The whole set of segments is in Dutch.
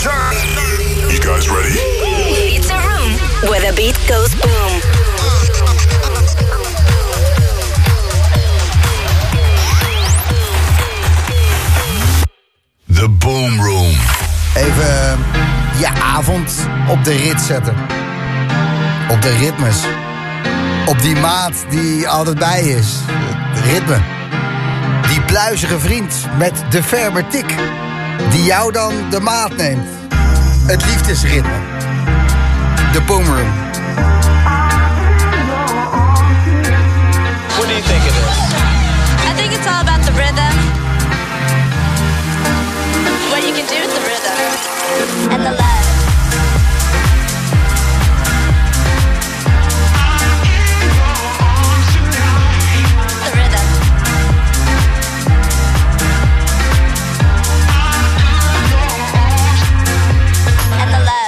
You guys ready? It's a room where the beat goes boom. The Boom Room. Even je avond op de rit zetten. Op de ritmes. Op die maat die altijd bij is. Het ritme. Die pluizige vriend met de ferme tik. Die jou dan de maat neemt. Het liefdesritme. De Boom Room. What do you think it is? I think it's all about the rhythm. What you can do with the rhythm. And the love. The rhythm. And the love.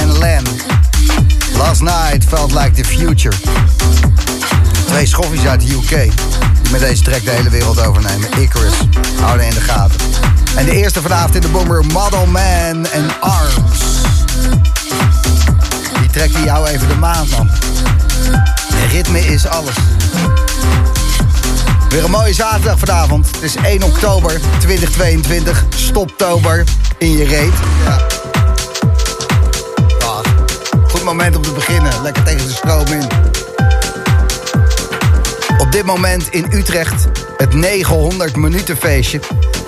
en Len. Last Night Felt Like the Future. 2 schoffies uit de UK die met deze track de hele wereld overnemen. Icarus, houden in de gaten. En de eerste vanavond in de Bomber, Model Man en Arms. Die track die jou even de maand nam. Ritme is alles. Weer een mooie zaterdag vanavond. Het is 1 oktober 2022. Stoptober in je reet. Ja. Goed moment om te beginnen. Lekker tegen de stroom in. Op dit moment in Utrecht het 900 minuten feestje.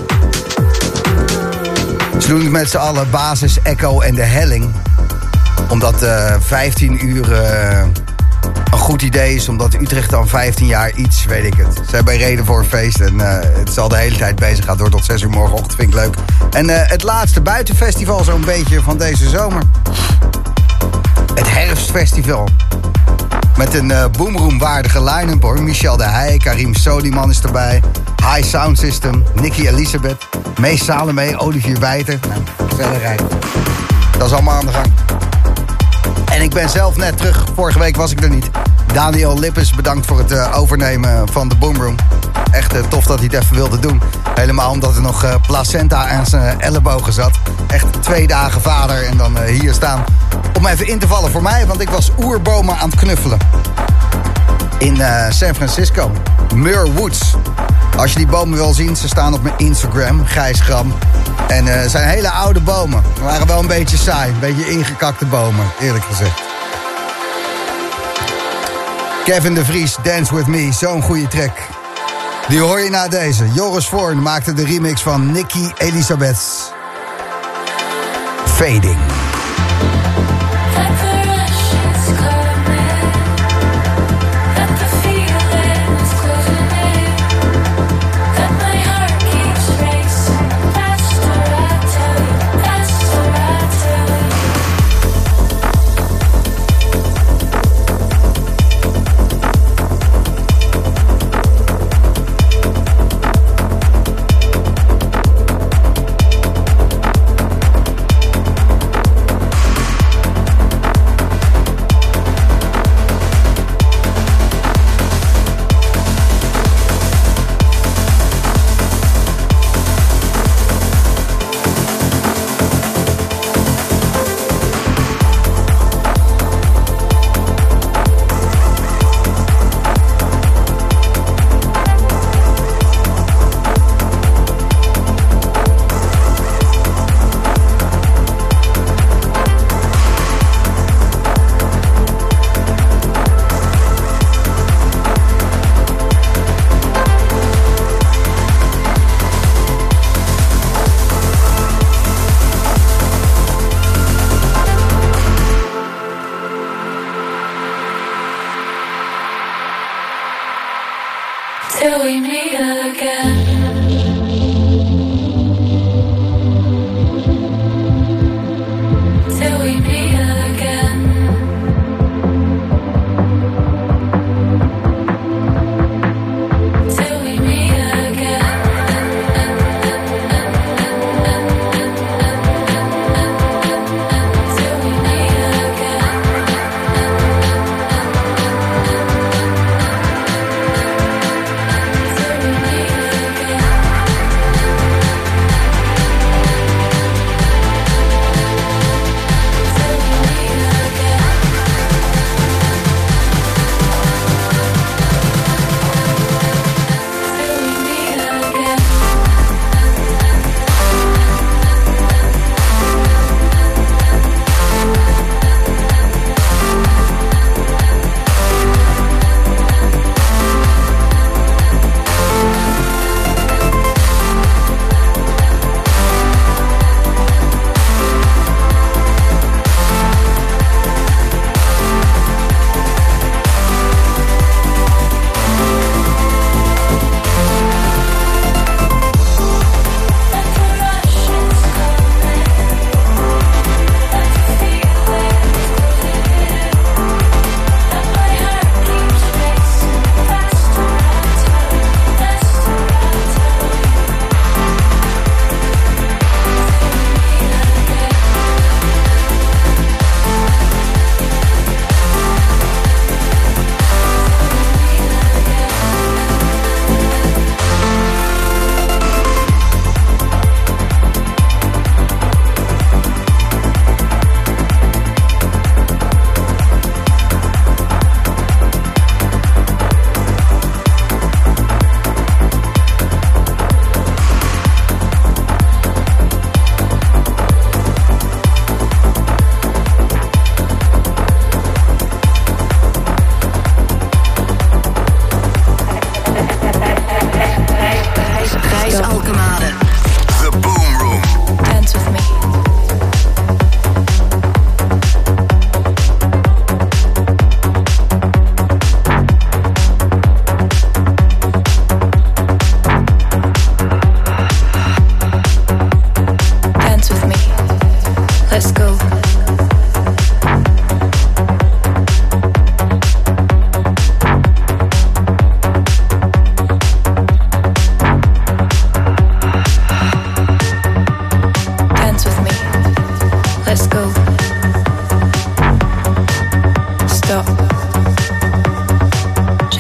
Ze doen het met z'n allen, Basis, Echo en de Helling. Omdat 15 uur een goed idee is. Omdat Utrecht dan 15 jaar iets, weet ik het. Ze hebben reden voor een feest en het zal de hele tijd bezig gaan door tot 6 uur morgenochtend. Vind ik leuk. En het laatste buitenfestival zo'n beetje van deze zomer. Het herfstfestival. Met een boomroom-waardige line-up hoor. Michel de Heij, Karim Soliman is erbij. High Sound System, Nicky Elisabeth, Mees Salome, Olivier Wijter. Nou, verder rijden. Dat is allemaal aan de gang. En ik ben zelf net terug. Vorige week was ik er niet. Daniel Lippes, bedankt voor het overnemen van de Boomroom. Echt tof dat hij het even wilde doen. Helemaal omdat er nog placenta aan zijn ellebogen zat. Echt 2 dagen vader en dan hier staan. Om even in te vallen voor mij, want ik was oerbomen aan het knuffelen. In San Francisco. Muir Woods. Als je die bomen wil zien, ze staan op mijn Instagram, Gijs Gram. En het zijn hele oude bomen. Ze waren wel een beetje saai, een beetje ingekakte bomen, eerlijk gezegd. Kevin de Vries, Dance With Me, zo'n goede track. Die hoor je na deze. Joris Voorn maakte de remix van Nicky Elisabeth. Fading.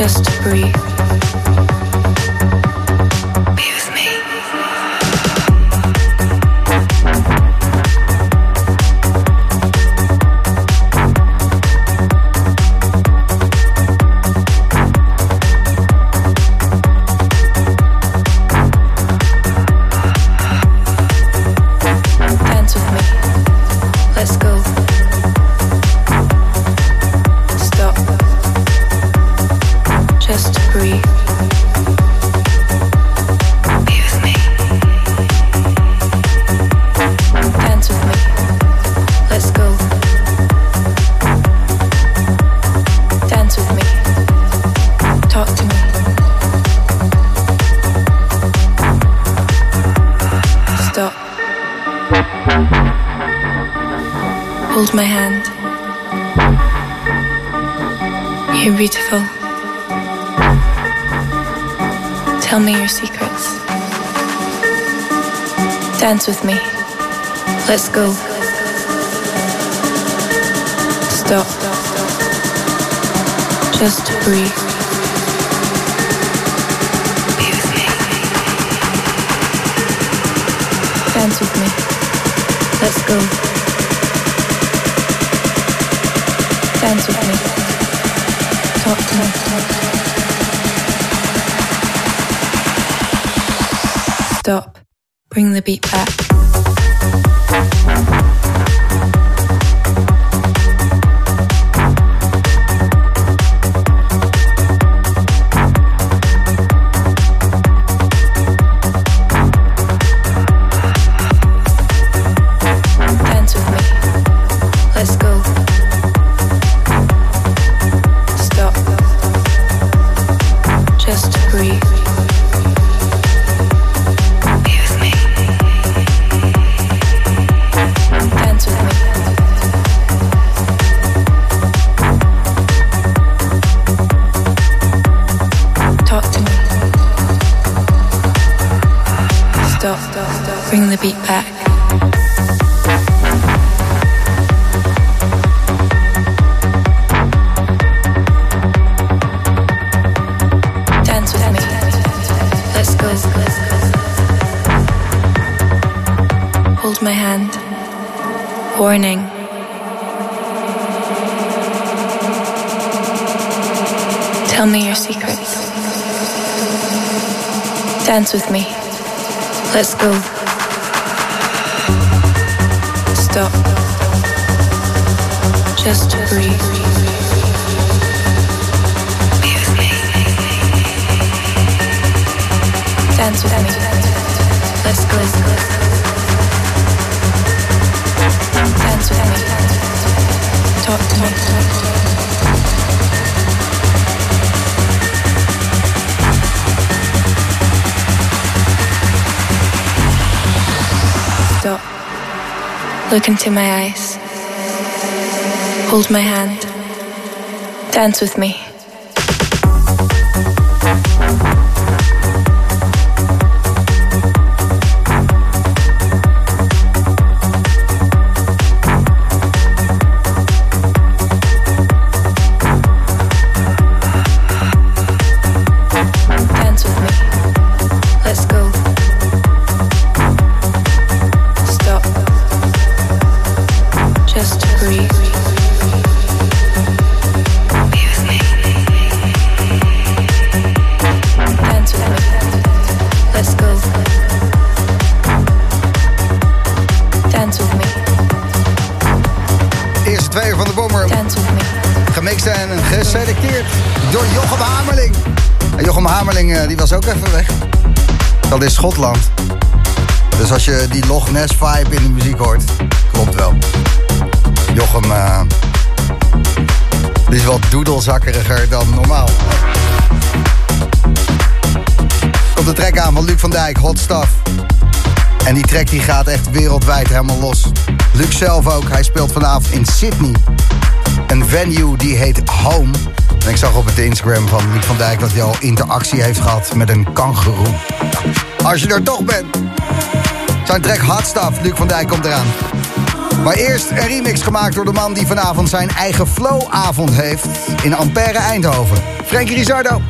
just to breathe. Be with me. Dance with me. Let's go. Stop. Just to breathe. Be with me. Dance with me. Let's go. Dance with me. Talk to me. Stop. Hold my hand. You're beautiful. Tell me your secrets. Dance with me. Let's go. Stop. Just to breathe. Be with me. Dance with me. Let's go. Dance with me. Talk to me. Stop. Bring the beat back. Dance with me. Let's go. Stop. Just to breathe. Be with me. Dance with me. Talk to me. Stop. Bring the beat back. Dance with me. Let's go. Hold my hand. Warning. Tell me your secrets. Dance with me. Let's go. Stop. Just to breathe. Be with me. Dance with me. Let's go. Dance with me. Talk to me. Stop. Look into my eyes. Hold my hand. Dance with me. Dance with me. Let's go. Stop. Just to breathe. Be with me. Dance with me. Let's go. Dance with me. Eerste twee van de Boomroom. Dance with me. Gemixt en geselecteerd door Jochem Hamerling. En Jochem Hamerling die was ook even weg. Dat is Schotland. Dus als je die Loch Ness vibe in de muziek hoort, klopt wel. Jochem die is wat doedelzakkeriger dan normaal. Komt de track aan van Luc van Dijk, Hot Stuff. En die track die gaat echt wereldwijd helemaal los. Luc zelf ook, hij speelt vanavond in Sydney. Een venue die heet Home. En ik zag op het Instagram van Luc van Dijk dat hij al interactie heeft gehad met een kangoeroe. Als je er toch bent. Zijn track Hot Stuff, Luc van Dijk komt eraan. Maar eerst een remix gemaakt door de man die vanavond zijn eigen flow-avond heeft in Ampère Eindhoven. Frankie Rizardo.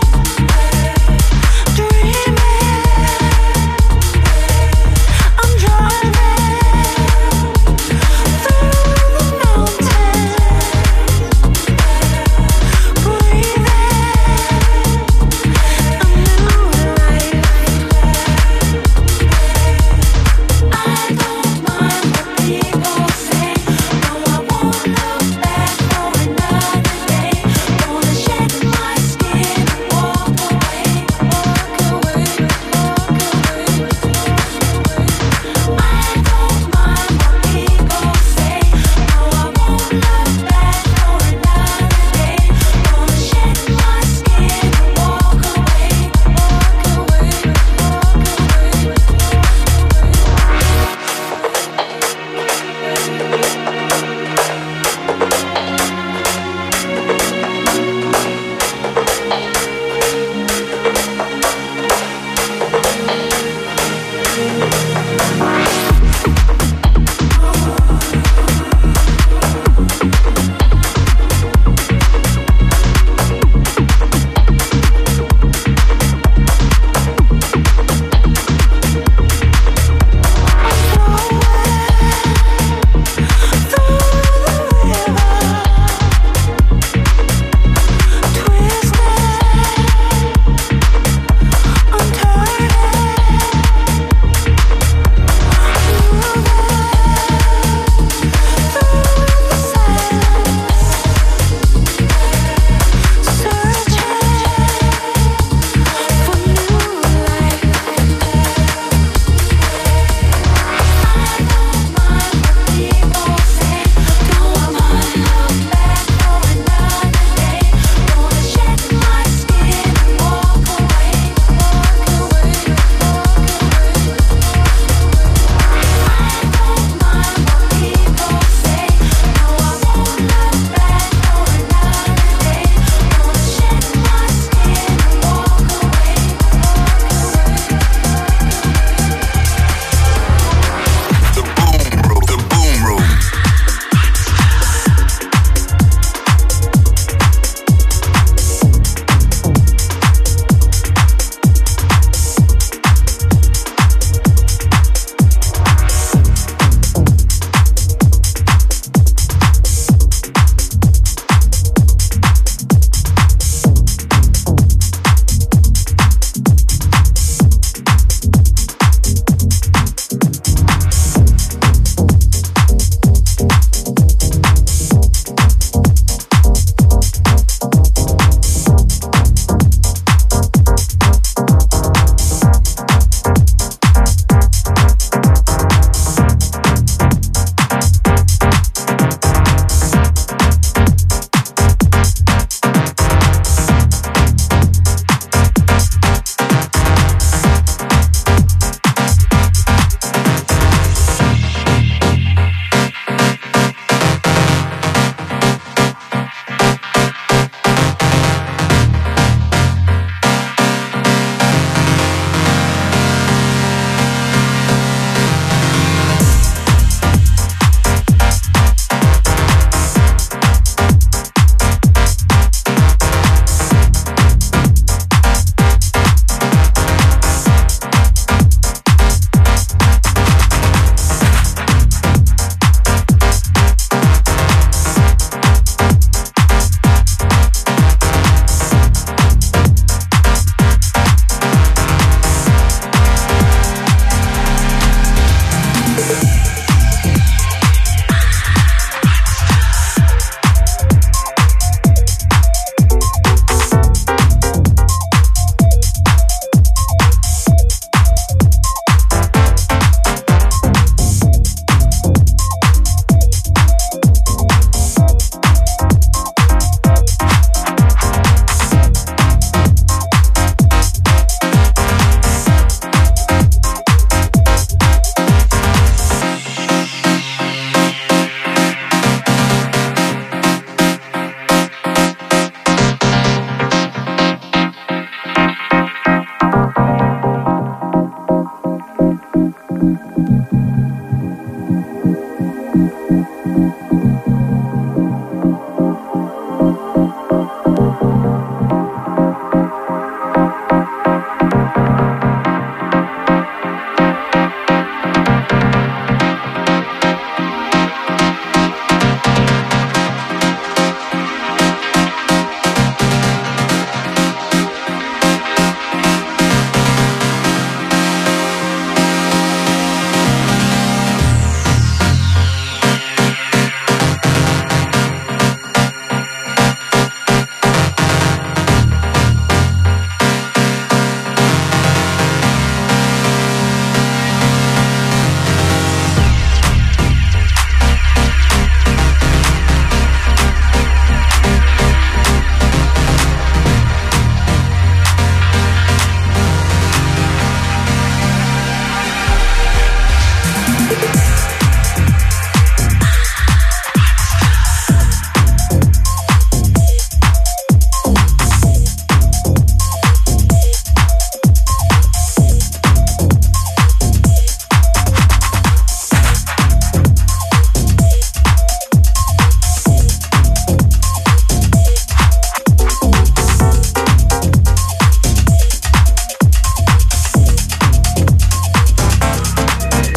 I'm drunk.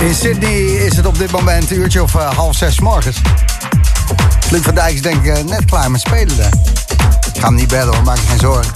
In Sydney is het op dit moment een uurtje of 5:30 morgens. Luc van Dijk is denk ik net klaar met spelen daar. Ik ga hem niet bellen hoor, maak je geen zorgen.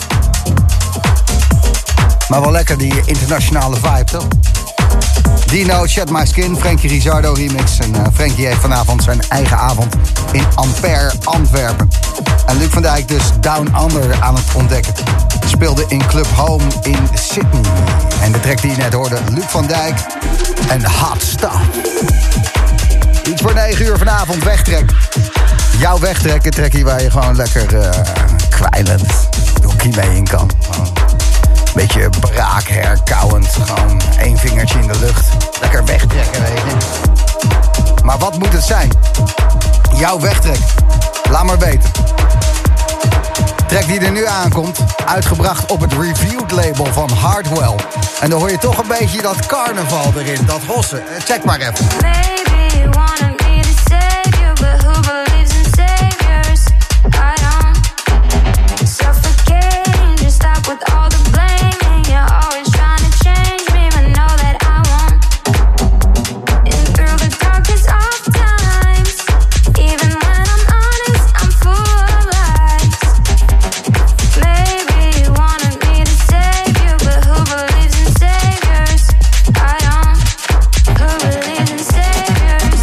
Maar wel lekker die internationale vibe toch? Dino, Shed My Skin, Frankie Rizardo remix. En Frankie heeft vanavond zijn eigen avond in Ampère, Antwerpen. En Luc van Dijk dus Down Under aan het ontdekken. Speelde in Club Home in Sydney. En de track die je net hoorde, Luc van Dijk en Hot Stuff. Iets voor 9 uur vanavond, wegtrek. Jouw wegtrek, een trekkie waar je gewoon lekker kwijlend doekie mee in kan. Beetje braak herkauwend, gewoon 1 vingertje in de lucht. Lekker wegtrekken, weet je. Maar wat moet het zijn? Jouw wegtrek. Laat maar weten. Track die er nu aankomt, uitgebracht op het Reviewed label van Hardwell. En dan hoor je toch een beetje dat carnaval erin, dat hossen. Check maar even. Baby, you wanted me to save you, but who believes in saviors? I don't. Suffocating, just stop with all the blaming. You're always trying to change me, but know that I won't. And through the darkest of times, even when I'm honest, I'm full of lies. Maybe you wanted me to save you, but who believes in saviors? I don't. Who believes in saviors?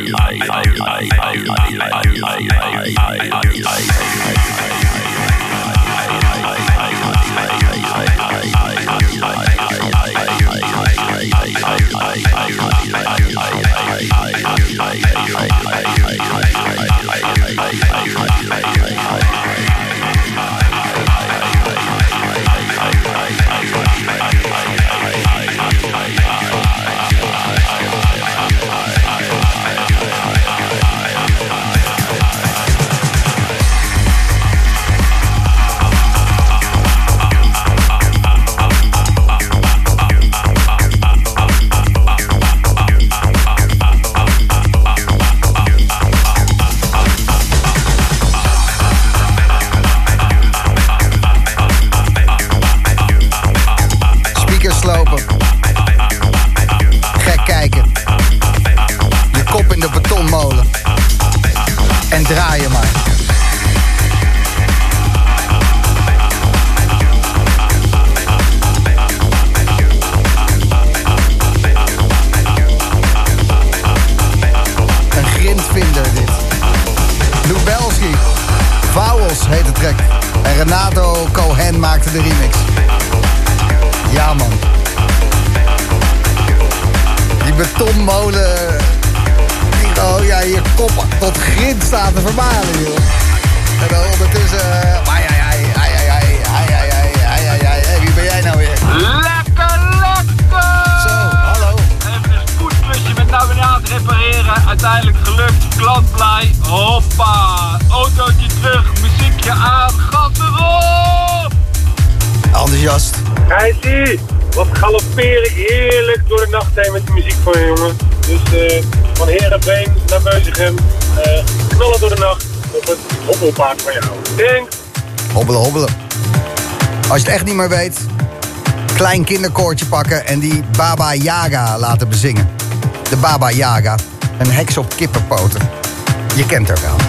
En draaien maar. Een grindvinder dit. Lubelski. Vowels heet de track. En Renato Cohen maakte de remix. Ja man. Die betonmolen... Oh ja, je kop tot grind staat te vermalen, joh. En dan ondertussen... Wie ben jij nou weer? Lekker, lekker! Zo, hallo. Even een spoedklusje met navigatie repareren. Uiteindelijk gelukt, klant blij. Hoppa, autootje terug, muziekje aan, gas erop! Enthousiast. Gijsie, wat galopperen heerlijk door de nacht heen met de muziek van je jongen. Dus van Heerenveen naar Beuzegem, knallen door de nacht op het hobbelpaard van jou. Thanks. Hobbelen, hobbelen. Als je het echt niet meer weet, klein kinderkoortje pakken en die Baba Yaga laten bezingen. De Baba Yaga, een heks op kippenpoten. Je kent haar wel.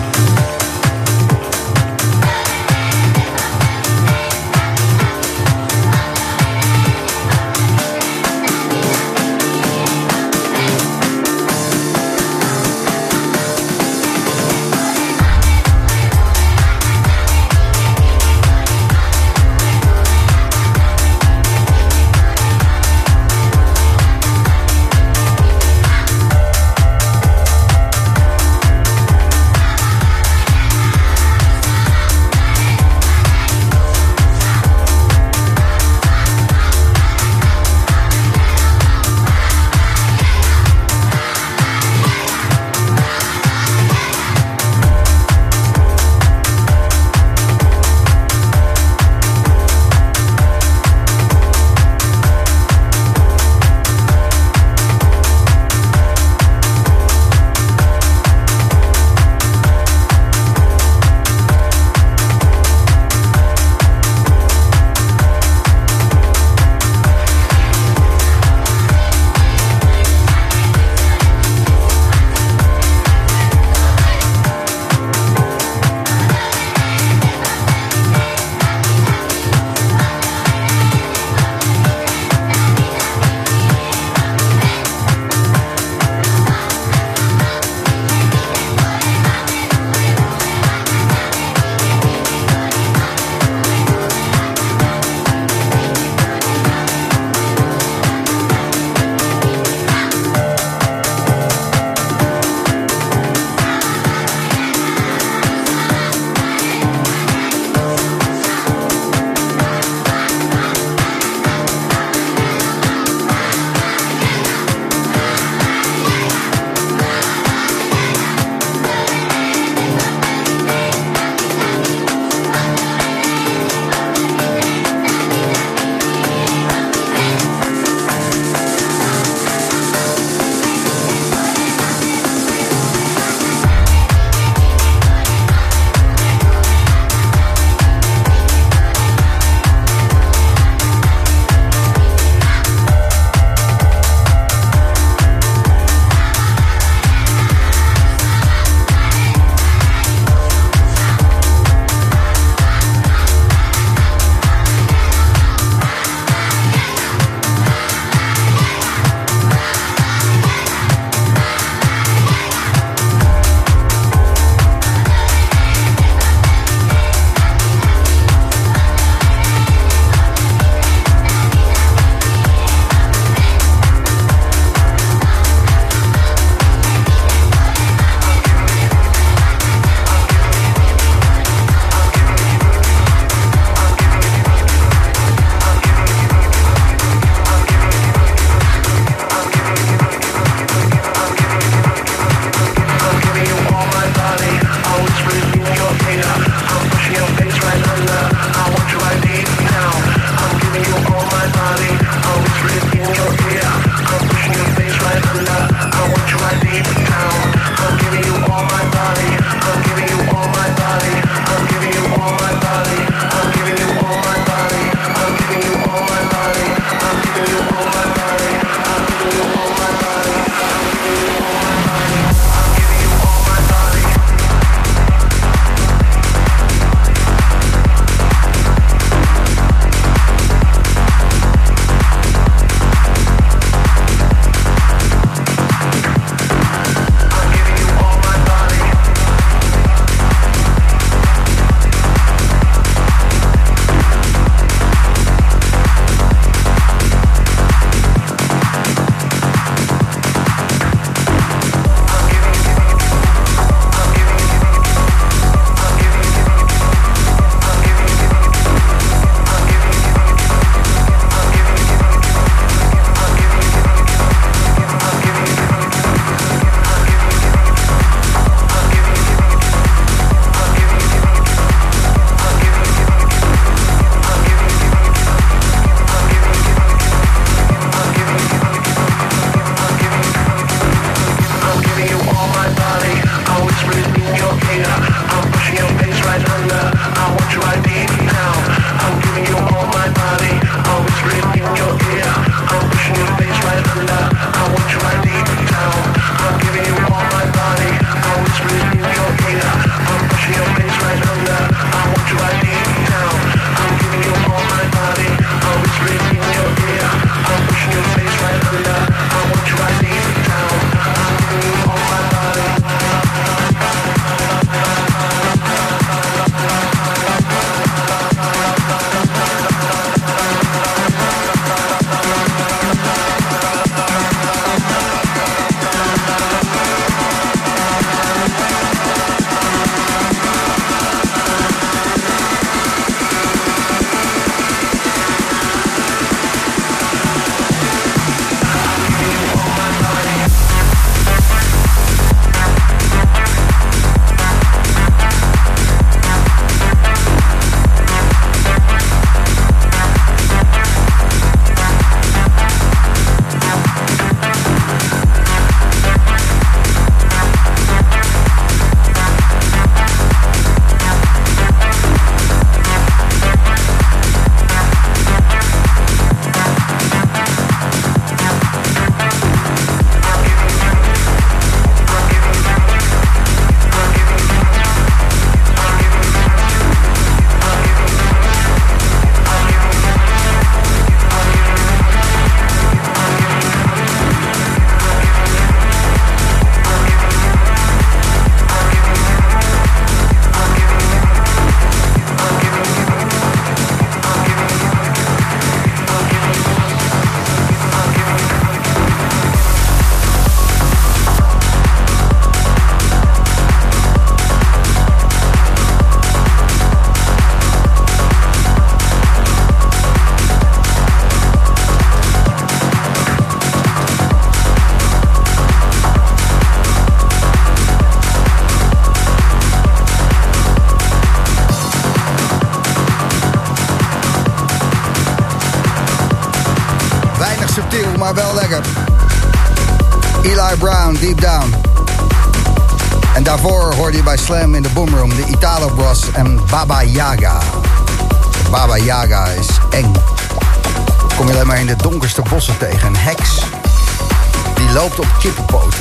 Ty Brown, Deep Down. En daarvoor hoorde je bij Slam in de Boomroom de Italo Bros en Baba Yaga. Baba Yaga is eng. Kom je alleen maar in de donkerste bossen tegen. Een heks. Die loopt op kippenpoten.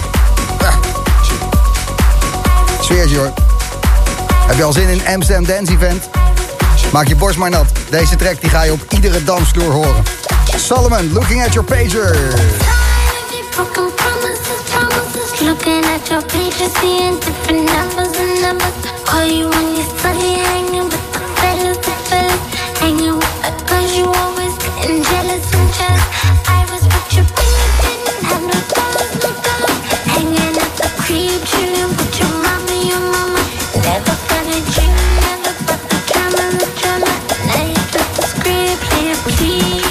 Sfeertje hoor. Heb je al zin in Amsterdam Dance Event? Maak je borst maar nat. Deze track die ga je op iedere dansvloer horen. Solomon, Looking at Your Pager. Looking at your pages, seeing different numbers and numbers. Call you when you're study, hanging with the fellas, hanging with the girls, you always getting jealous and jealous. I was with you when you didn't have no dollars, hanging at the crib, chilling with your mama, never got a dream, never got the drama, now you flip the script, play it please.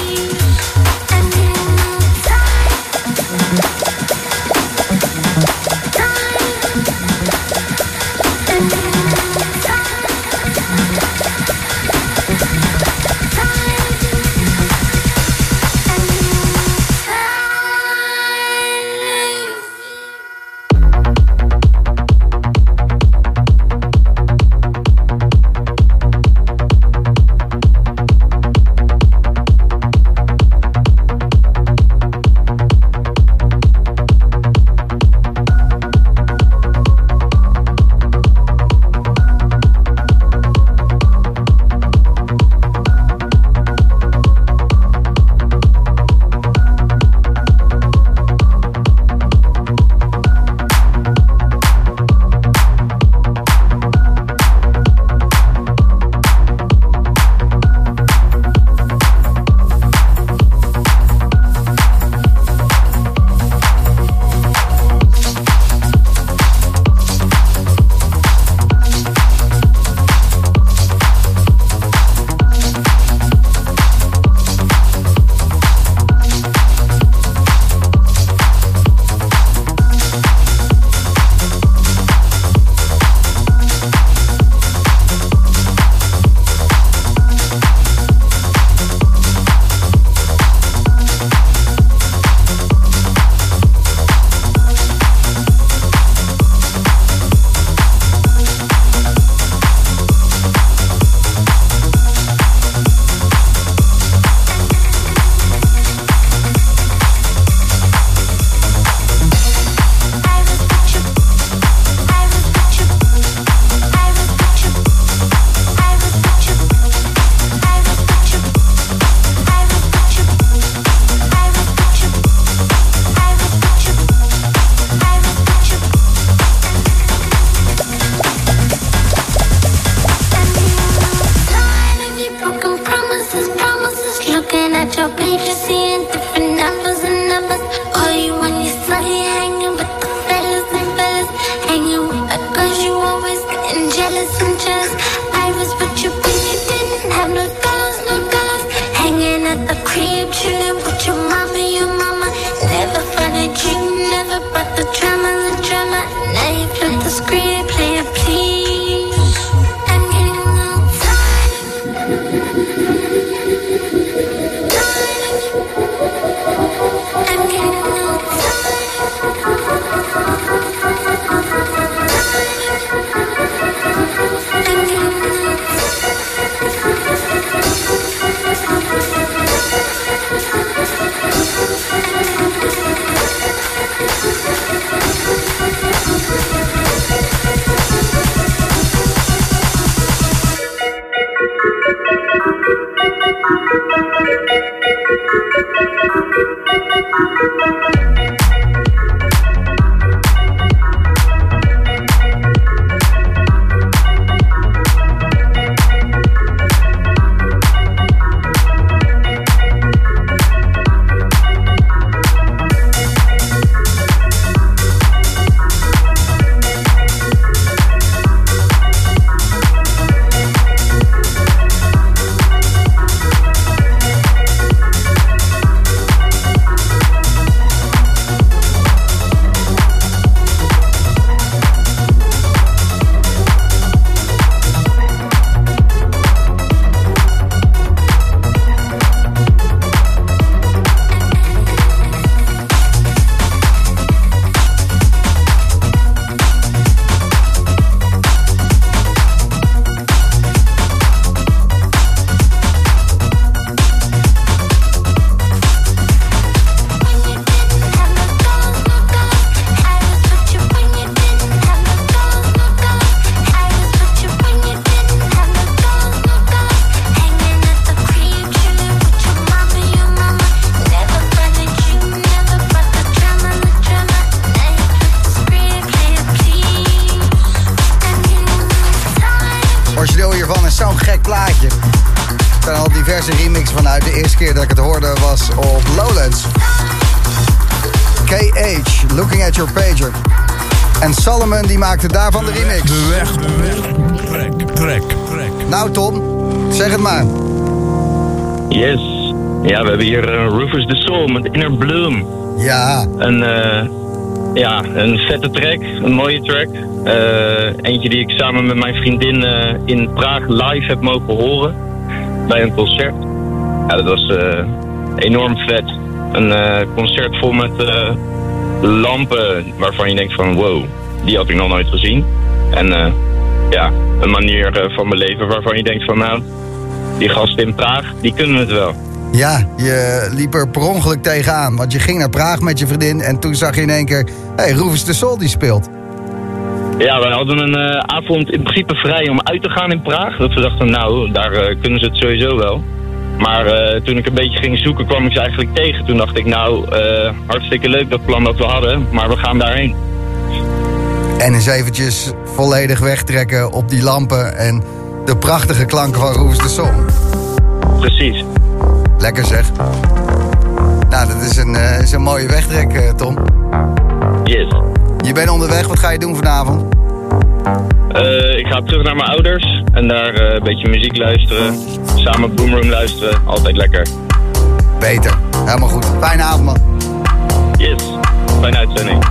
zo'n gek plaatje. Er zijn al diverse remixen vanuit. De eerste keer dat ik het hoorde was op Lowlands. KH, Looking at Your Pager. En Solomon die maakte daarvan de remix. De weg. Trek. Nou Tom, zeg het maar. Yes. Ja, we hebben hier Rufus the Soul met Inner Bloom. Ja. Een vette track, een mooie track. Eentje die ik samen met mijn vriendin in Praag live heb mogen horen. Bij een concert. Ja, dat was enorm vet. Een concert vol met lampen waarvan je denkt van wow, die had ik nog nooit gezien. En een manier van beleven waarvan je denkt van nou, die gasten in Praag, die kunnen het wel. Ja, je liep er per ongeluk tegenaan. Want je ging naar Praag met je vriendin en toen zag je in één keer... Hé, Rufus the Soul die speelt. Ja, we hadden een avond in principe vrij om uit te gaan in Praag. Dat we dachten, nou, daar kunnen ze het sowieso wel. Maar toen ik een beetje ging zoeken, kwam ik ze eigenlijk tegen. Toen dacht ik, nou, hartstikke leuk dat plan dat we hadden, maar we gaan daarheen. En eens eventjes volledig wegtrekken op die lampen en de prachtige klanken van Rufus the Soul. Precies. Lekker zeg. Nou, dat is een mooie wegtrek, Tom. Yes. Je bent onderweg, wat ga je doen vanavond? Ik ga terug naar mijn ouders en daar een beetje muziek luisteren. Samen Boomroom luisteren, altijd lekker. Beter, helemaal goed. Fijne avond, man. Yes, fijne uitzending.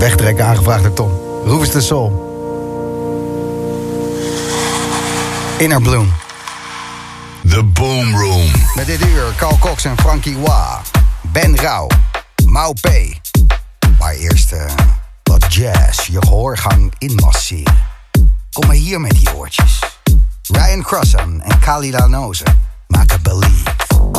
Wegtrekken aangevraagd door Tom. Rufus de Soul. Inner Bloom. The Boom Room. Met dit uur Carl Cox en Frankie Wah. Ben Rauw. Mau P. Maar eerst wat jazz, je gehoorgang inmasseren. Kom maar hier met die oortjes. Ryan Crossan en Kali Lanoze maken Believe.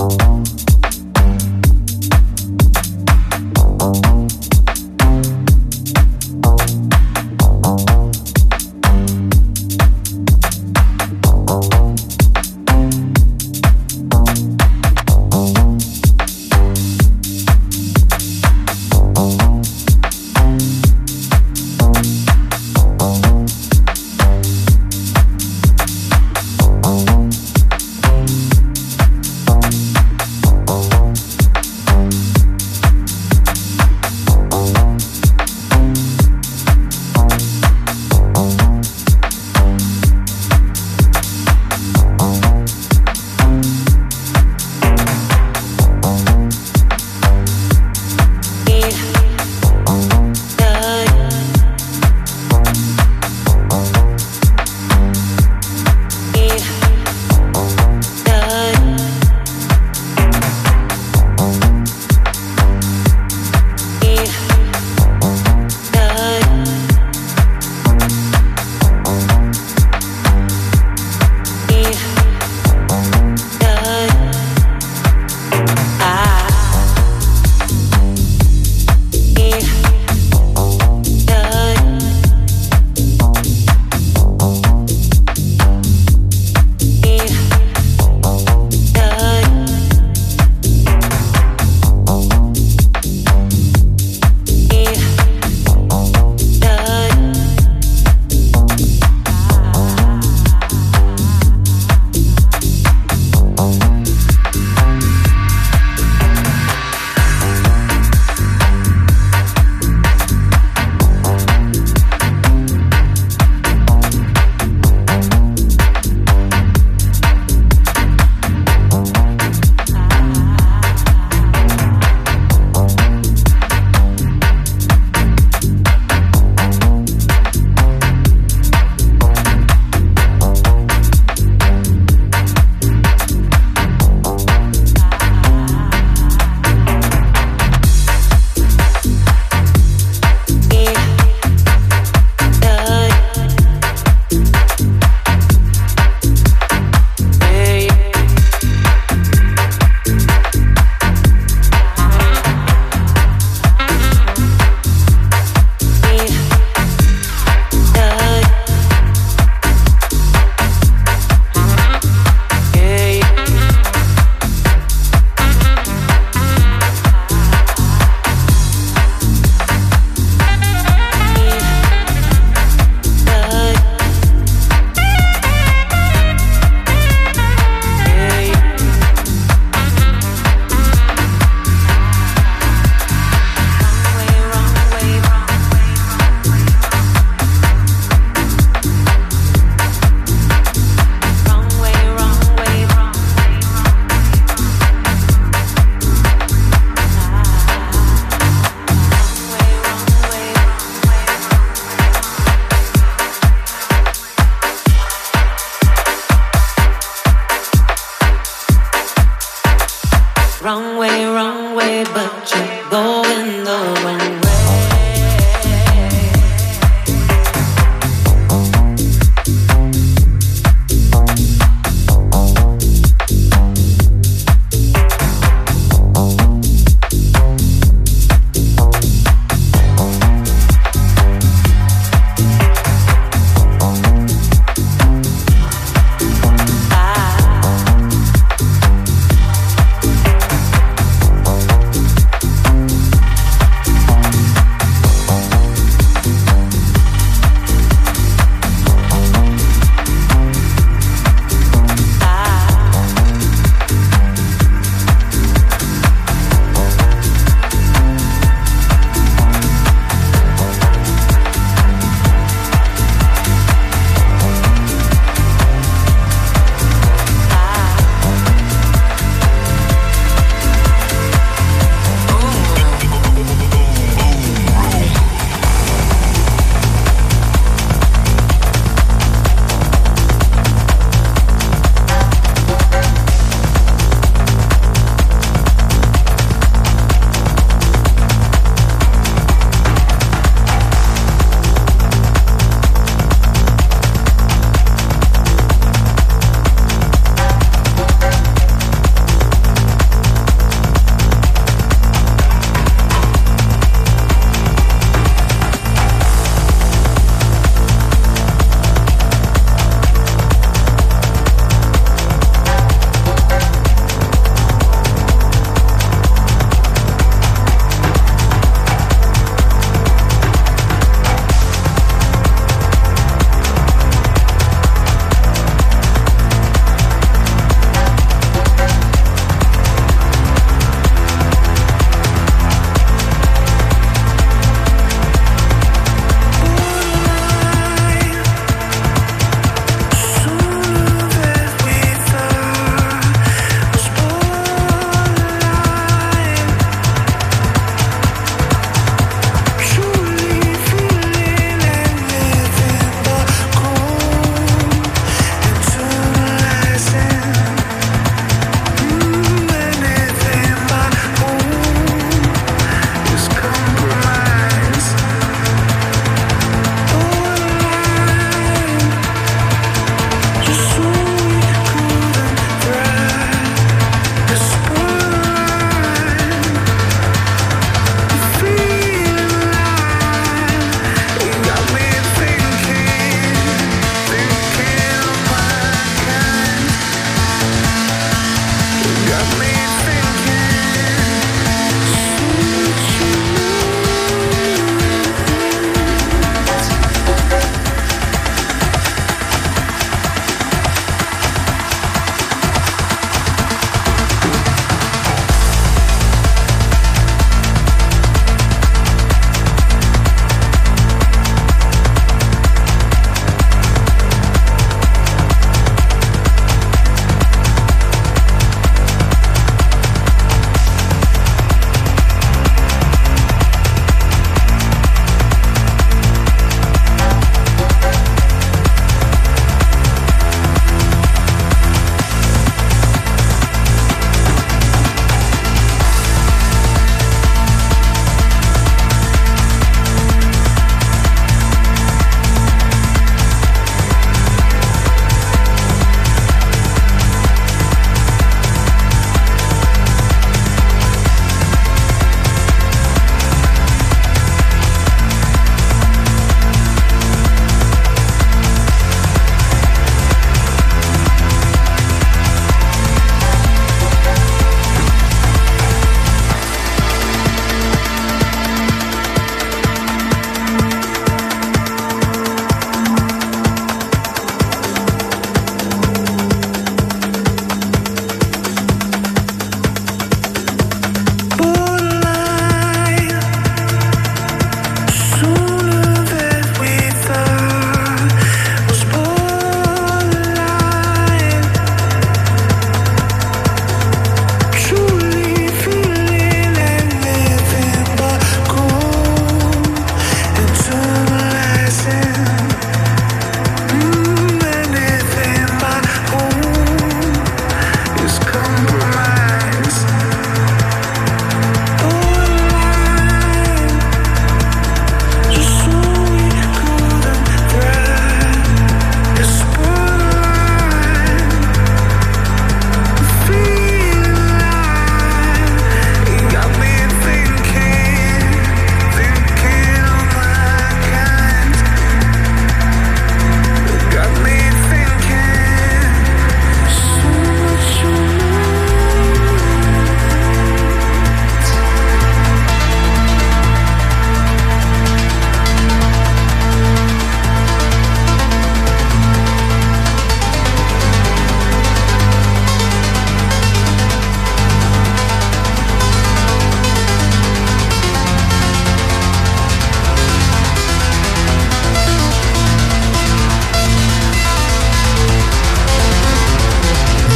wrong way, but you're going the wrong way.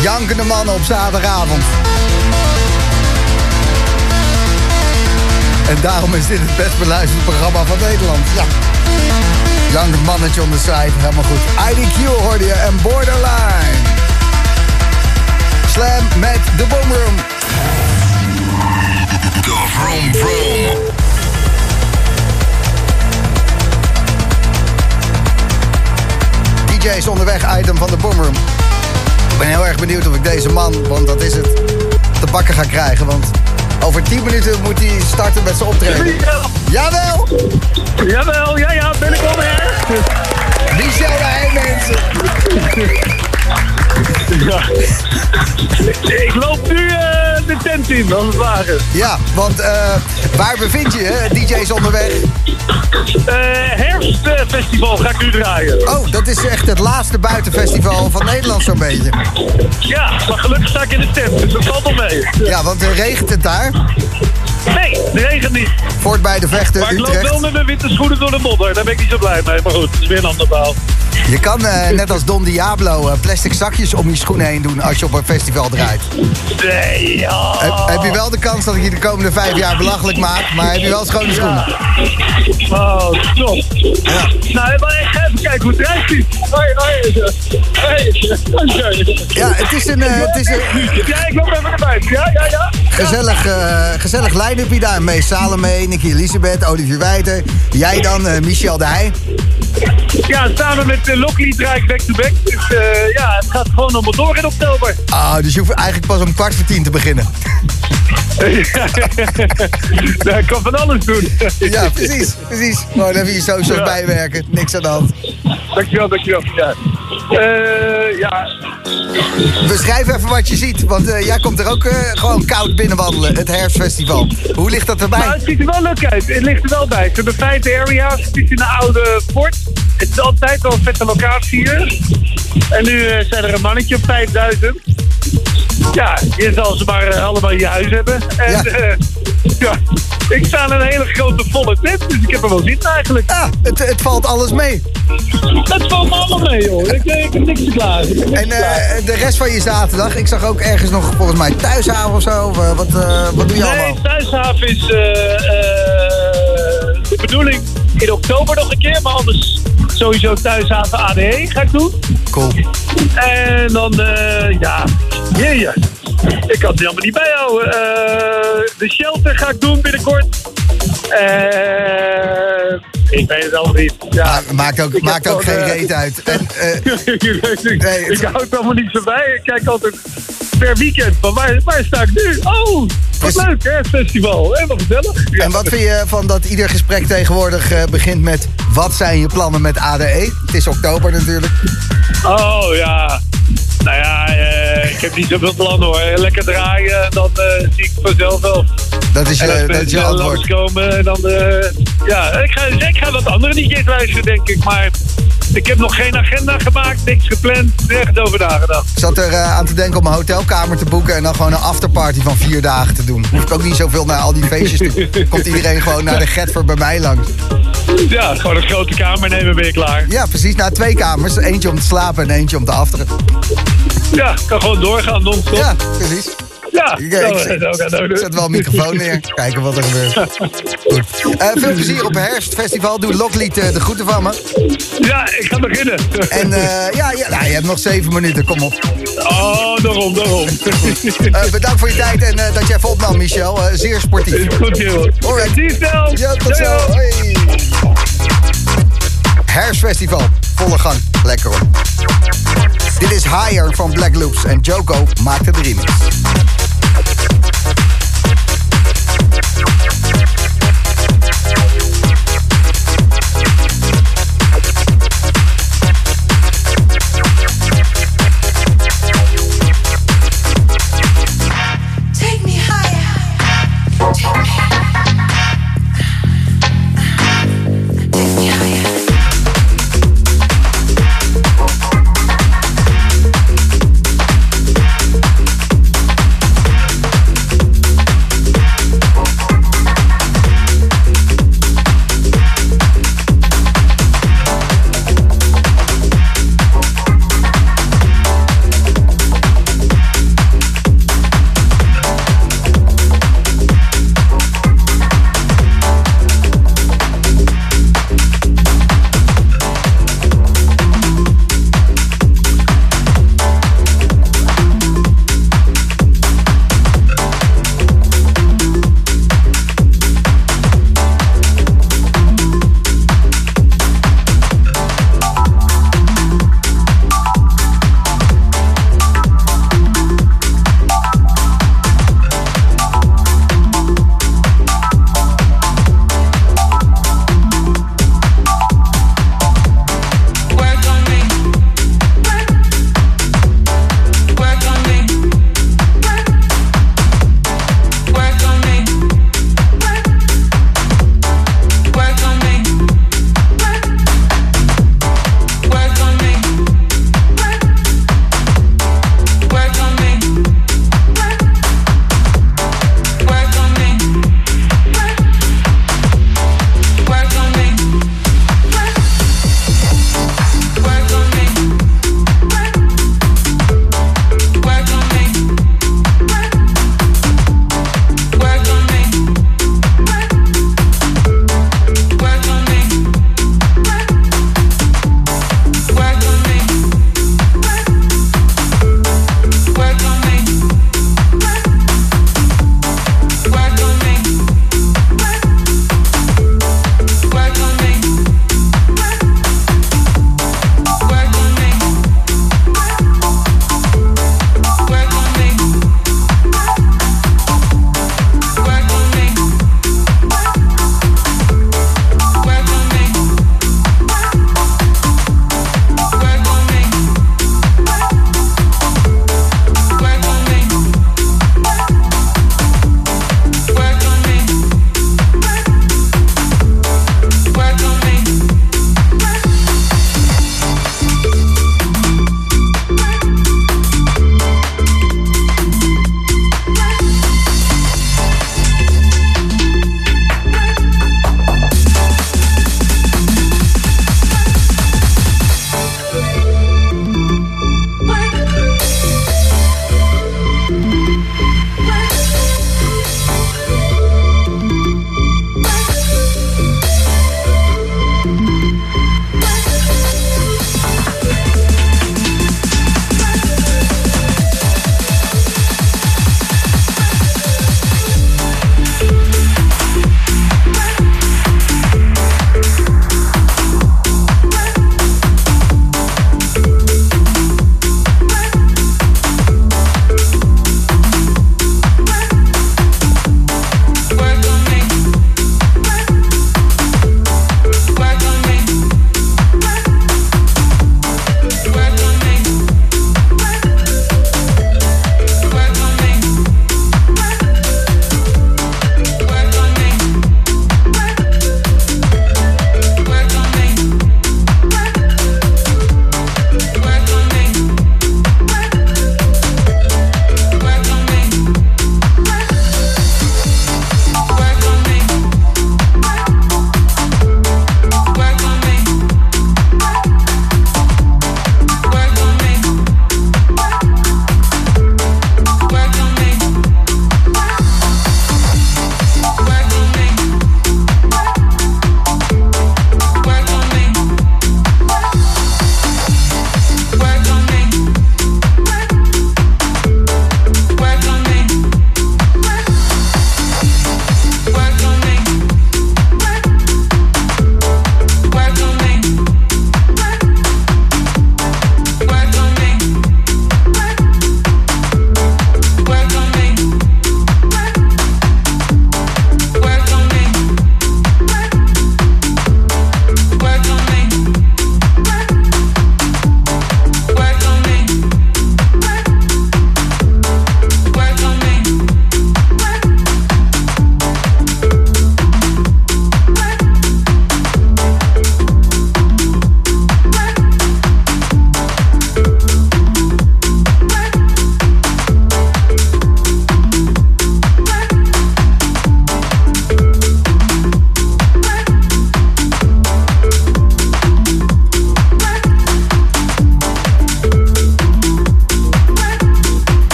Jankende mannen op zaterdagavond. En daarom is dit het best beluisterde programma van Nederland. Ja. Jankend mannetje on the side, helemaal goed. IDQ hoorde je en Borderline. Slam met The Boom Room. The Vroom Vroom. DJ's onderweg item van The Boom Room. Ik ben heel erg benieuwd of ik deze man, want dat is het, te pakken ga krijgen. Want over 10 minuten moet hij starten met zijn optreden. Jawel! Jawel, ja, ben ik alweer. Michel de Heij, mensen. Ja. Ik loop nu de tent in, als het ware. Ja, want waar bevind je je, DJ's onderweg? Herfstfestival ga ik nu draaien. Oh, dat is echt het laatste buitenfestival van Nederland zo'n beetje. Ja, maar gelukkig sta ik in de tent, dus dat valt wel mee. Ja, want regent het daar? Nee, het regent niet. Voort bij de Vechten, maar ik Utrecht. loop wel met mijn witte schoenen door de modder. Daar ben ik niet zo blij mee, maar goed, dat is weer een ander verhaal. Je kan net als Don Diablo plastic zakjes om je schoenen heen doen als je op een festival draait. Nee, ja. Heb je wel de kans dat ik je de komende 5 jaar belachelijk maak, maar heb je wel schone schoenen? Oh, top. Ja. Nou, maar ik ga even kijken hoe het eruit ziet. Ja, het is een... Ja, ik loop even naar buiten. Ja. Gezellig line-upje daar. Mees Salome, Nicky Elisabeth, Olivier Wijter. Jij dan, Michel de Heij. Ja, samen met Lockley draai ik back-to-back. Dus ja, het gaat gewoon allemaal door in oktober. Dus je hoeft eigenlijk pas om 9:15 te beginnen. Ja, ik kan van alles doen. Ja, precies. Gewoon even je socials bijwerken. Niks aan de hand. Dankjewel. Ja. Beschrijf even wat je ziet, want jij komt er ook gewoon koud binnenwandelen, het herfstfestival. Hoe ligt dat erbij? Nou, het ziet er wel leuk uit. Het ligt er wel bij. Ze hebben 5 area's. Het is in een oude fort. Het is altijd wel een vette locatie hier. En nu zijn er een mannetje op 5000. Ja, je zal ze maar allemaal in je huis hebben. En ja, ik sta in een hele grote volle tent, dus ik heb er wel zin eigenlijk. Ja, het valt alles mee. Het valt me allemaal mee, joh. Ik heb niks te klagen. En de rest van je zaterdag, ik zag ook ergens nog volgens mij thuishaven of zo. Wat doe je allemaal? Nee, thuishaven is de bedoeling in oktober nog een keer, maar anders sowieso thuishaven ADE ga ik doen. Cool. En dan, ik kan het helemaal niet bijhouden. De shelter ga ik doen binnenkort. Ik weet het al niet. Ja. Maakt ook geen reet uit. En, ik hou het allemaal niet zo bij. Ik kijk altijd per weekend. Maar waar sta ik nu? Oh, wat leuk hè, het festival. Helemaal gezellig. Ja. En wat vind je van dat ieder gesprek tegenwoordig begint met... Wat zijn je plannen met ADE? Het is oktober natuurlijk. Oh ja. Nou ja, ik heb niet zoveel plannen hoor. Lekker draaien en dan zie ik vanzelf wel. Dat is je antwoord. Komen en dan, ik ga wat andere DJ's luisteren denk ik. Maar ik heb nog geen agenda gemaakt, niks gepland, nergens over nagedacht. Ik zat er aan te denken om een hotelkamer te boeken en dan gewoon een afterparty van 4 dagen te doen. Hoef ik ook niet zoveel naar al die feestjes toe. Komt iedereen gewoon naar de Getver bij mij langs. Ja, gewoon een grote kamer nemen, ben je klaar. Ja, precies. 2 kamers. Eentje om te slapen en eentje om te afteren. Ja, kan gewoon doorgaan non-stop. Ja, precies. Ja, ik zet wel een microfoon neer. Kijken wat er gebeurt. Goed. Veel plezier op het herfstfestival. Doe Loklied de groeten van me. Ja, ik ga beginnen. En je hebt nog 7 minuten. Kom op. Oh, daarom. Bedankt voor je tijd en dat jij volgt, Michel. Zeer sportief. Goed, joh. Alright. Zie je snel. Ja, tot zo. Hoi. Herfstfestival. Volle gang. Lekker hoor. Dit is Higher van Black Loops en Joko maakte de remix.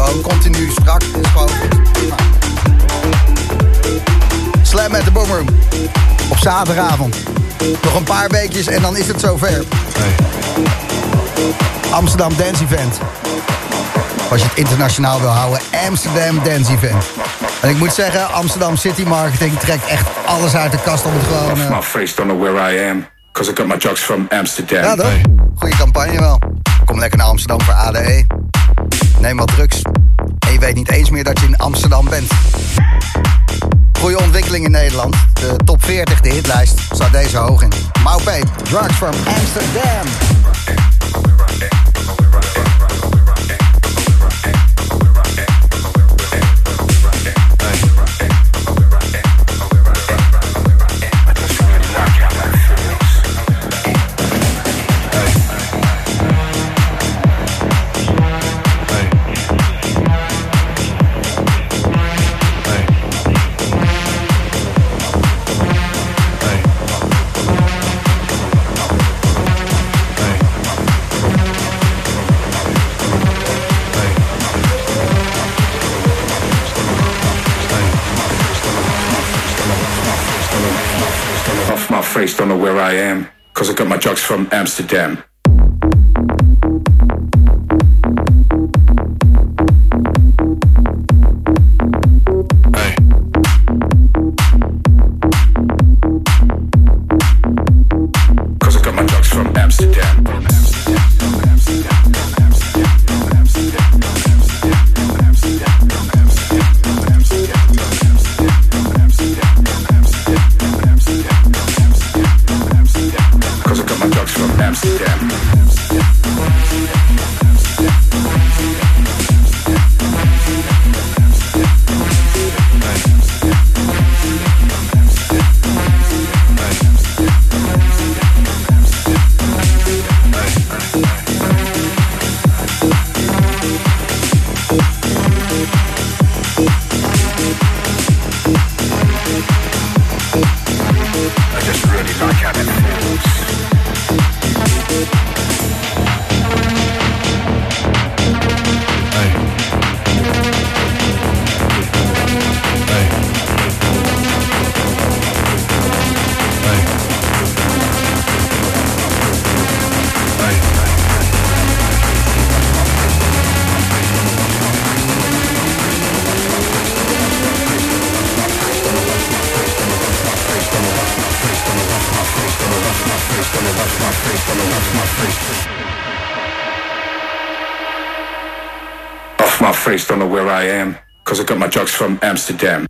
Gewoon continu strak. Is gewoon prima. Slam at the Boomroom. Op zaterdagavond. Nog een paar weekjes en dan is het zover. Amsterdam Dance Event. Als je het internationaal wil houden, Amsterdam Dance Event. En ik moet zeggen, Amsterdam City Marketing trekt echt alles uit de kast om het gewoon... My face don't know where I am, cause I got my drugs from Amsterdam. Ja, toch? Goeie campagne wel. Kom lekker naar Amsterdam voor ADE. Neem wat drugs. En je weet niet eens meer dat je in Amsterdam bent. Goeie ontwikkeling in Nederland. De top 40, de hitlijst, staat deze hoog in. Maupé, Drugs from Amsterdam. Face don't know where I am, cause I got my drugs from Amsterdam. Cause I got my drugs from Amsterdam. Amsterdam. I just really like having fools. Off my face, don't know where I am, cause I got my drugs from Amsterdam.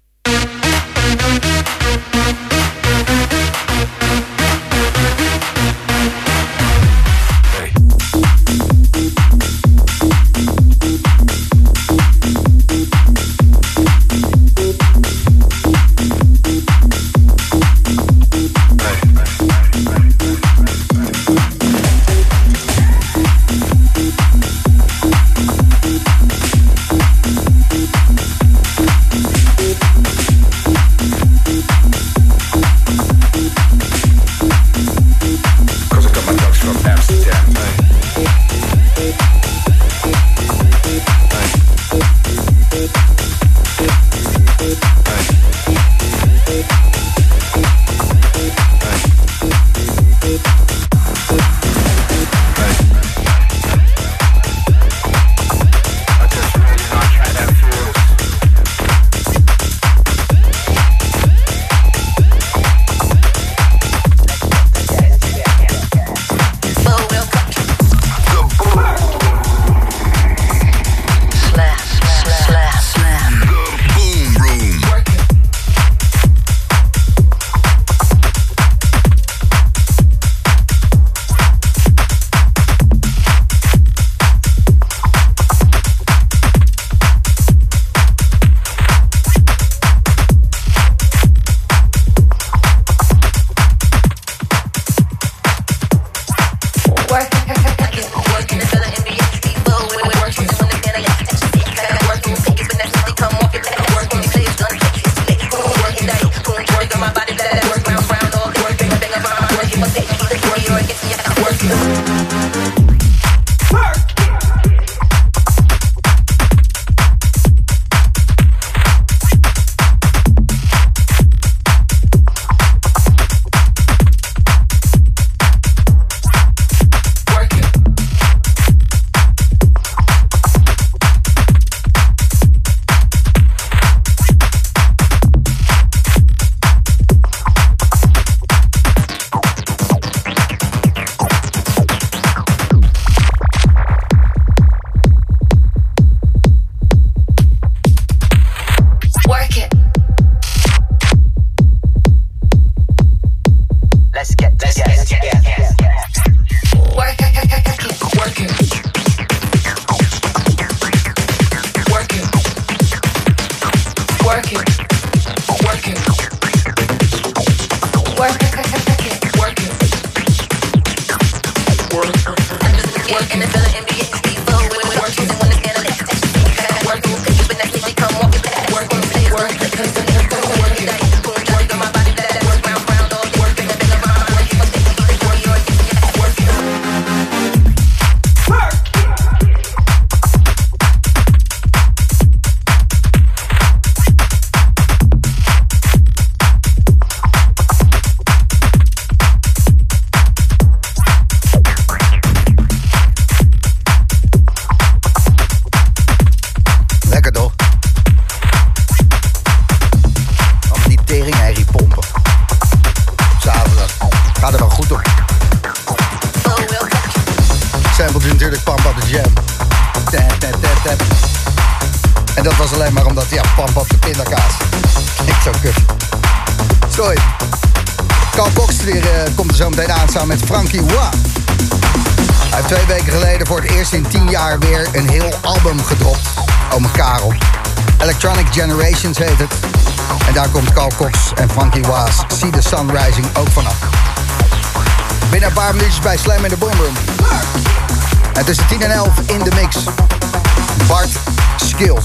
Met Frankie Wah. Hij heeft 2 weken geleden voor het eerst in 10 jaar weer een heel album gedropt. Ome Karel. Electronic Generations heet het. En daar komt Carl Cox en Frankie Wah's See the Sun Rising ook vanaf. Binnen een paar minuutjes bij Slam in de Boomroom. En tussen 10 en 11 in de mix. Bart Skills.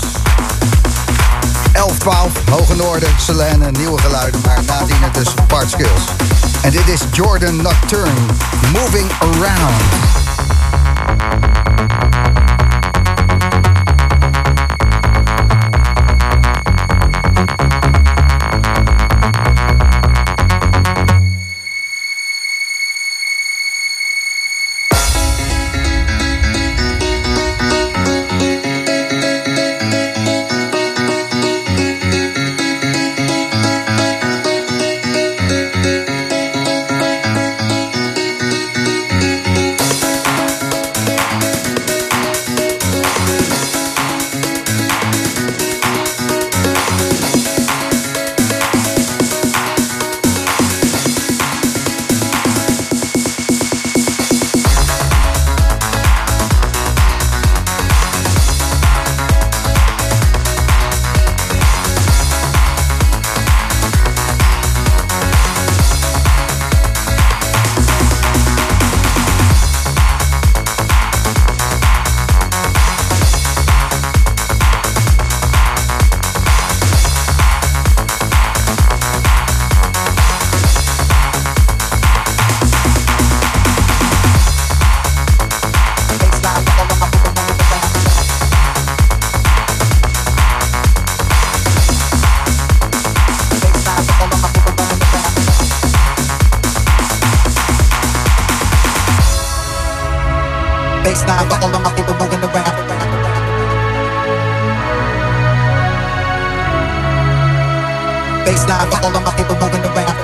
11-12, Hoge Noorden, Selene, nieuwe geluiden. Maar nadien het dus Bart Skills. En dit is Jordan Nocturne, Moving Around. baseline for all of my people moving around. Baseline for all of my people moving around.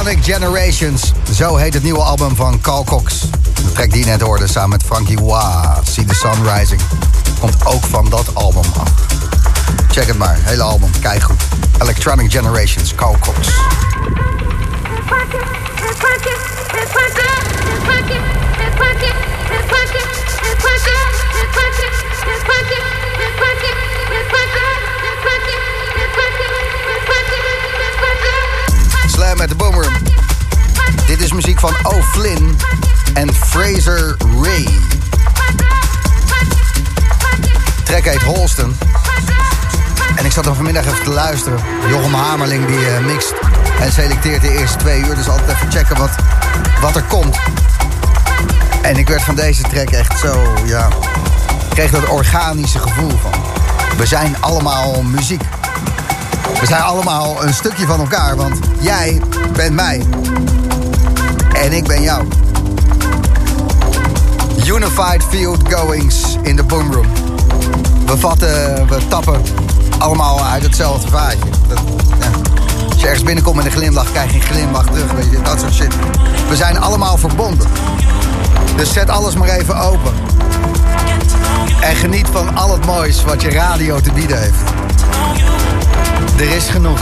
Electronic Generations. Zo heet het nieuwe album van Carl Cox. De track die je net hoorde samen met Frankie Wah. See the Sun Rising. Komt ook van dat album af. Check het maar, hele album, kijk goed. Electronic Generations, Carl Cox. Slam met de Boomroom. Dit is muziek van O'Flynn en Fraser Ray. De track heet Holston. En ik zat er vanmiddag even te luisteren. Jochem Hamerling die mixt en selecteert de eerste 2 uur. Dus altijd even checken wat er komt. En ik werd van deze track echt zo, ja... Ik kreeg dat organische gevoel van... We zijn allemaal muziek. We zijn allemaal een stukje van elkaar, want jij bent mij. En ik ben jou. Unified Field Goings in de Boomroom. We tappen allemaal uit hetzelfde vaatje. Als je ergens binnenkomt met een glimlach, krijg je een glimlach terug. Weet je, dat soort shit. We zijn allemaal verbonden. Dus zet alles maar even open. En geniet van al het moois wat je radio te bieden heeft. Er is genoeg.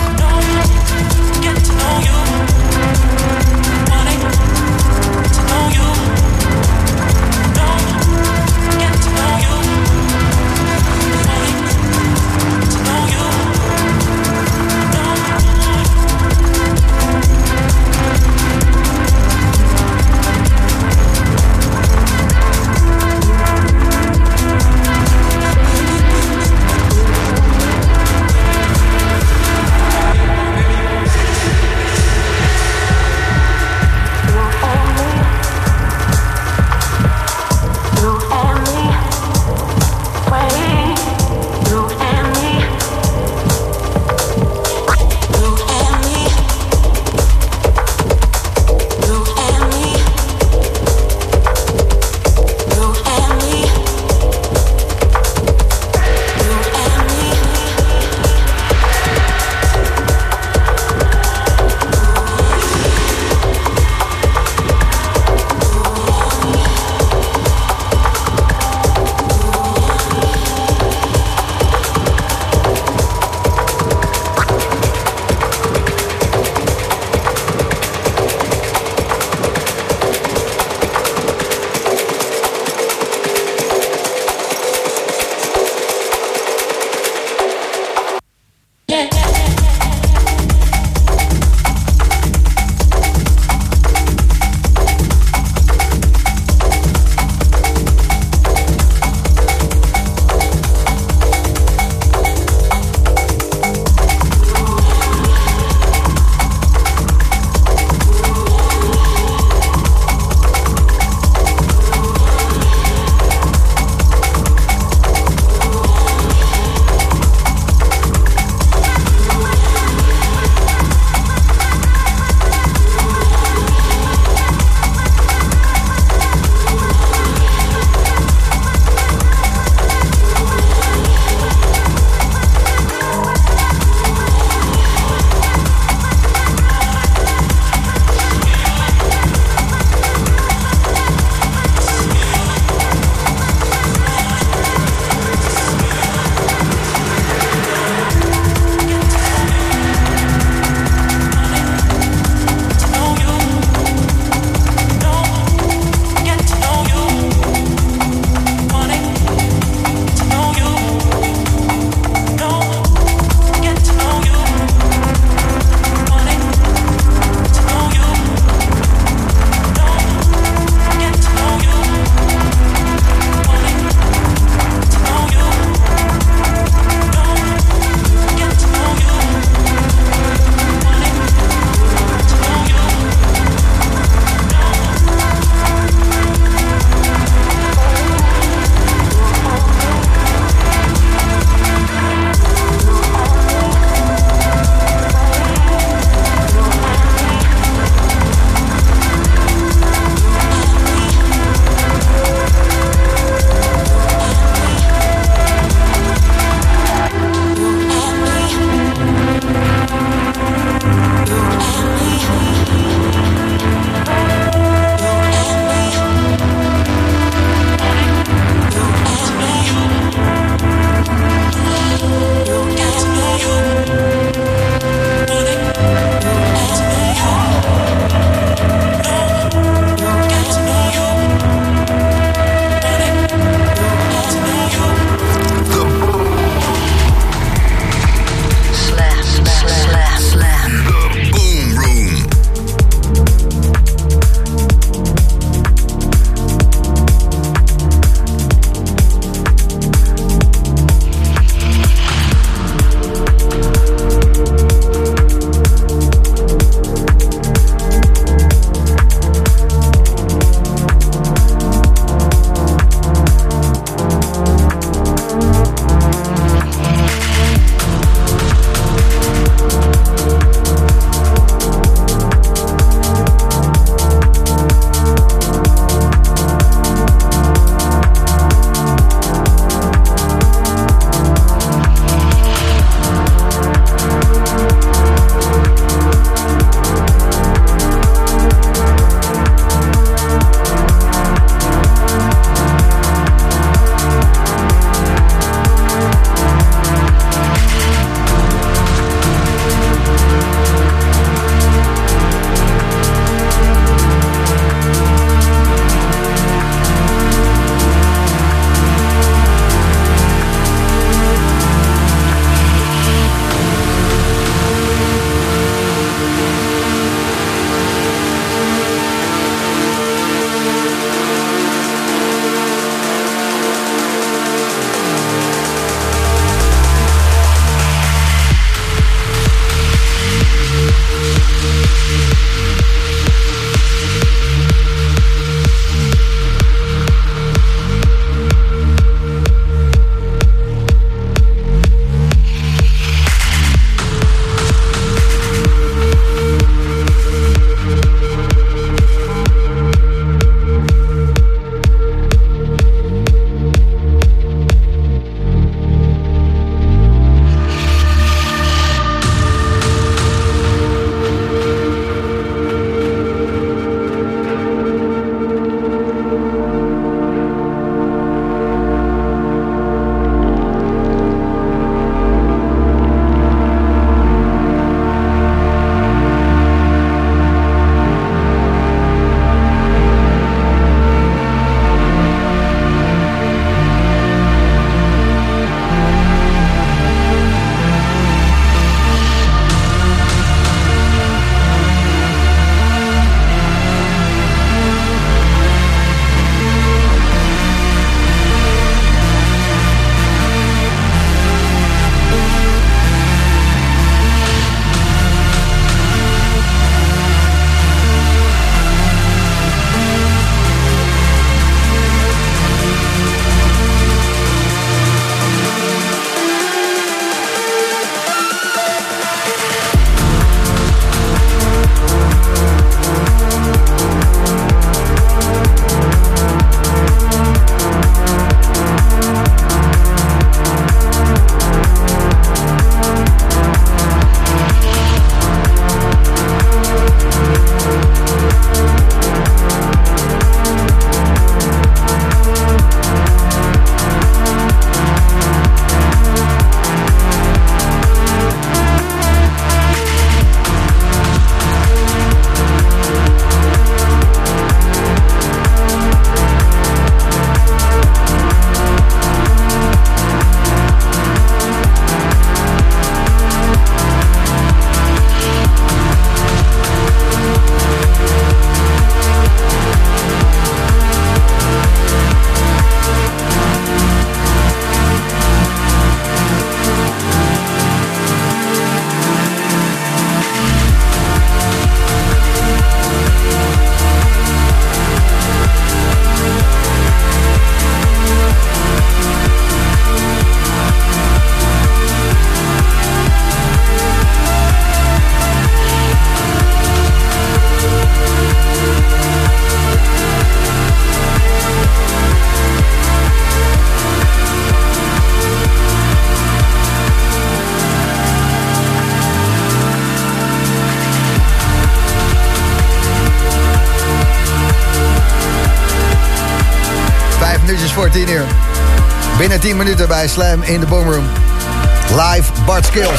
voor 10 uur. Binnen 10 minuten bij Slam in de Boomroom. Live Bart Skills.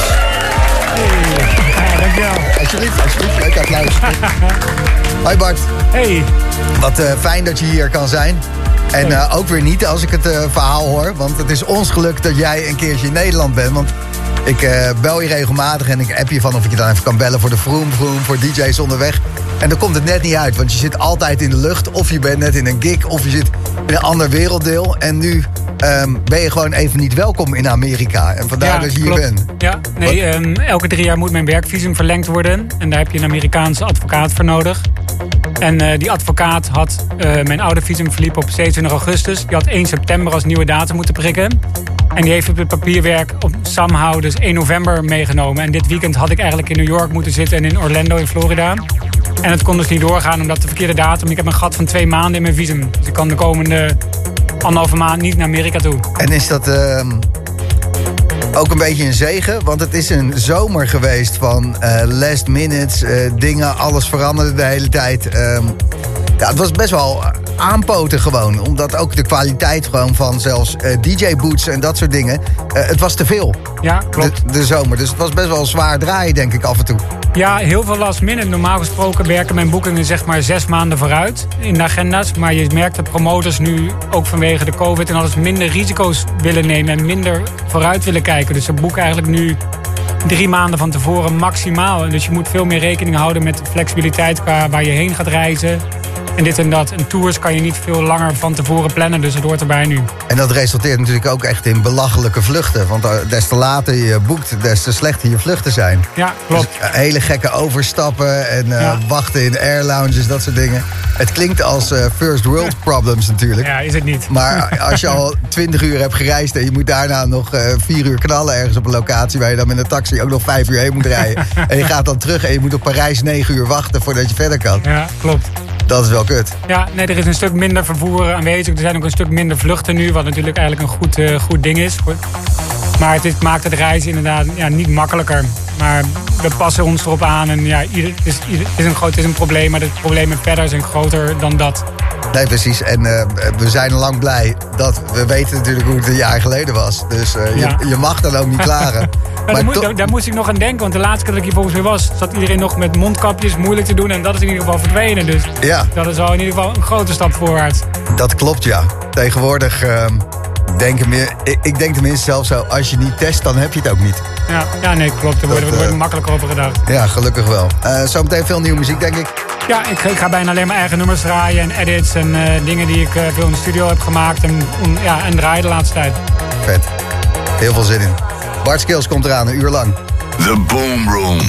Ja, dankjewel. Alsjeblieft. Leuk applaus. Hoi Bart. Hey. Wat fijn dat je hier kan zijn. En ook weer niet als ik het verhaal hoor. Want het is ons geluk dat jij een keertje in Nederland bent. Want ik bel je regelmatig en ik app je van of ik je dan even kan bellen voor de Vroom voor DJ's onderweg. En dan komt het net niet uit, want je zit altijd in de lucht. Of je bent net in een gig, of je zit in een ander werelddeel. En nu ben je gewoon even niet welkom in Amerika. En vandaar dat je hier bent. Ja, nee, elke 3 jaar moet mijn werkvisum verlengd worden. En daar heb je een Amerikaanse advocaat voor nodig. En die advocaat had mijn oude visum verliep op 27 augustus. Die had 1 september als nieuwe datum moeten prikken. En die heeft op het papierwerk op somehow dus 1 november meegenomen. En dit weekend had ik eigenlijk in New York moeten zitten en in Orlando in Florida. En het kon dus niet doorgaan omdat de verkeerde datum. Ik heb een gat van 2 maanden in mijn visum. Dus ik kan de komende 1,5 maand niet naar Amerika toe. En is dat ook een beetje een zegen? Want het is een zomer geweest van last minutes, dingen, alles veranderde de hele tijd. Ja, het was best wel aanpoten gewoon. Omdat ook de kwaliteit gewoon van zelfs DJ-boots en dat soort dingen. Het was te veel. Ja, klopt. De zomer. Dus het was best wel zwaar draaien, denk ik, af en toe. Ja, heel veel last minute. Normaal gesproken werken mijn boekingen zeg maar 6 maanden vooruit in de agenda's. Maar je merkt dat promotors nu ook vanwege de COVID en alles minder risico's willen nemen en minder vooruit willen kijken. Dus ze boeken eigenlijk nu 3 maanden van tevoren maximaal. En dus je moet veel meer rekening houden met de flexibiliteit qua waar je heen gaat reizen. En dit en dat. En tours kan je niet veel langer van tevoren plannen, dus het hoort erbij nu. En dat resulteert natuurlijk ook echt in belachelijke vluchten. Want des te later je boekt, des te slechter je vluchten zijn. Ja, klopt. Dus hele gekke overstappen en wachten in airlounges, dat soort dingen. Het klinkt als first world problems natuurlijk. Ja, is het niet. Maar als je al 20 uur hebt gereisd en je moet daarna nog 4 uur knallen ergens op een locatie waar je dan met een taxi ook nog 5 uur heen moet rijden. En je gaat dan terug en je moet op Parijs 9 uur wachten voordat je verder kan. Ja, klopt. Dat is wel kut. Ja, nee, er is een stuk minder vervoer aanwezig. Er zijn ook een stuk minder vluchten nu, wat natuurlijk eigenlijk een goed ding is. Maar het maakt het reizen inderdaad niet makkelijker. Maar we passen ons erop aan en ja, het is een probleem, maar de problemen verder zijn groter dan dat. Nee, precies. En we zijn lang blij dat we weten natuurlijk hoe het een jaar geleden was. Dus je mag dan ook niet klagen. Maar daar moest ik nog aan denken, want de laatste keer dat ik hier volgens mij was, zat iedereen nog met mondkapjes moeilijk te doen en dat is in ieder geval verdwenen. Dus dat is al in ieder gewaal een grote stap voorwaarts. Dat klopt, ja. Tegenwoordig ik denk tenminste zelf zo, als je niet test, dan heb je het ook niet. Ja, nee, klopt. Er wordt makkelijker over gedacht. Ja, gelukkig wel. Zometeen veel nieuwe muziek, denk ik. Ja, ik ga bijna alleen mijn eigen nummers draaien en edits en dingen die ik veel in de studio heb gemaakt en draaien de laatste tijd. Vet. Heel veel zin in. Bart Skills komt eraan, een uur lang. The Boom Room.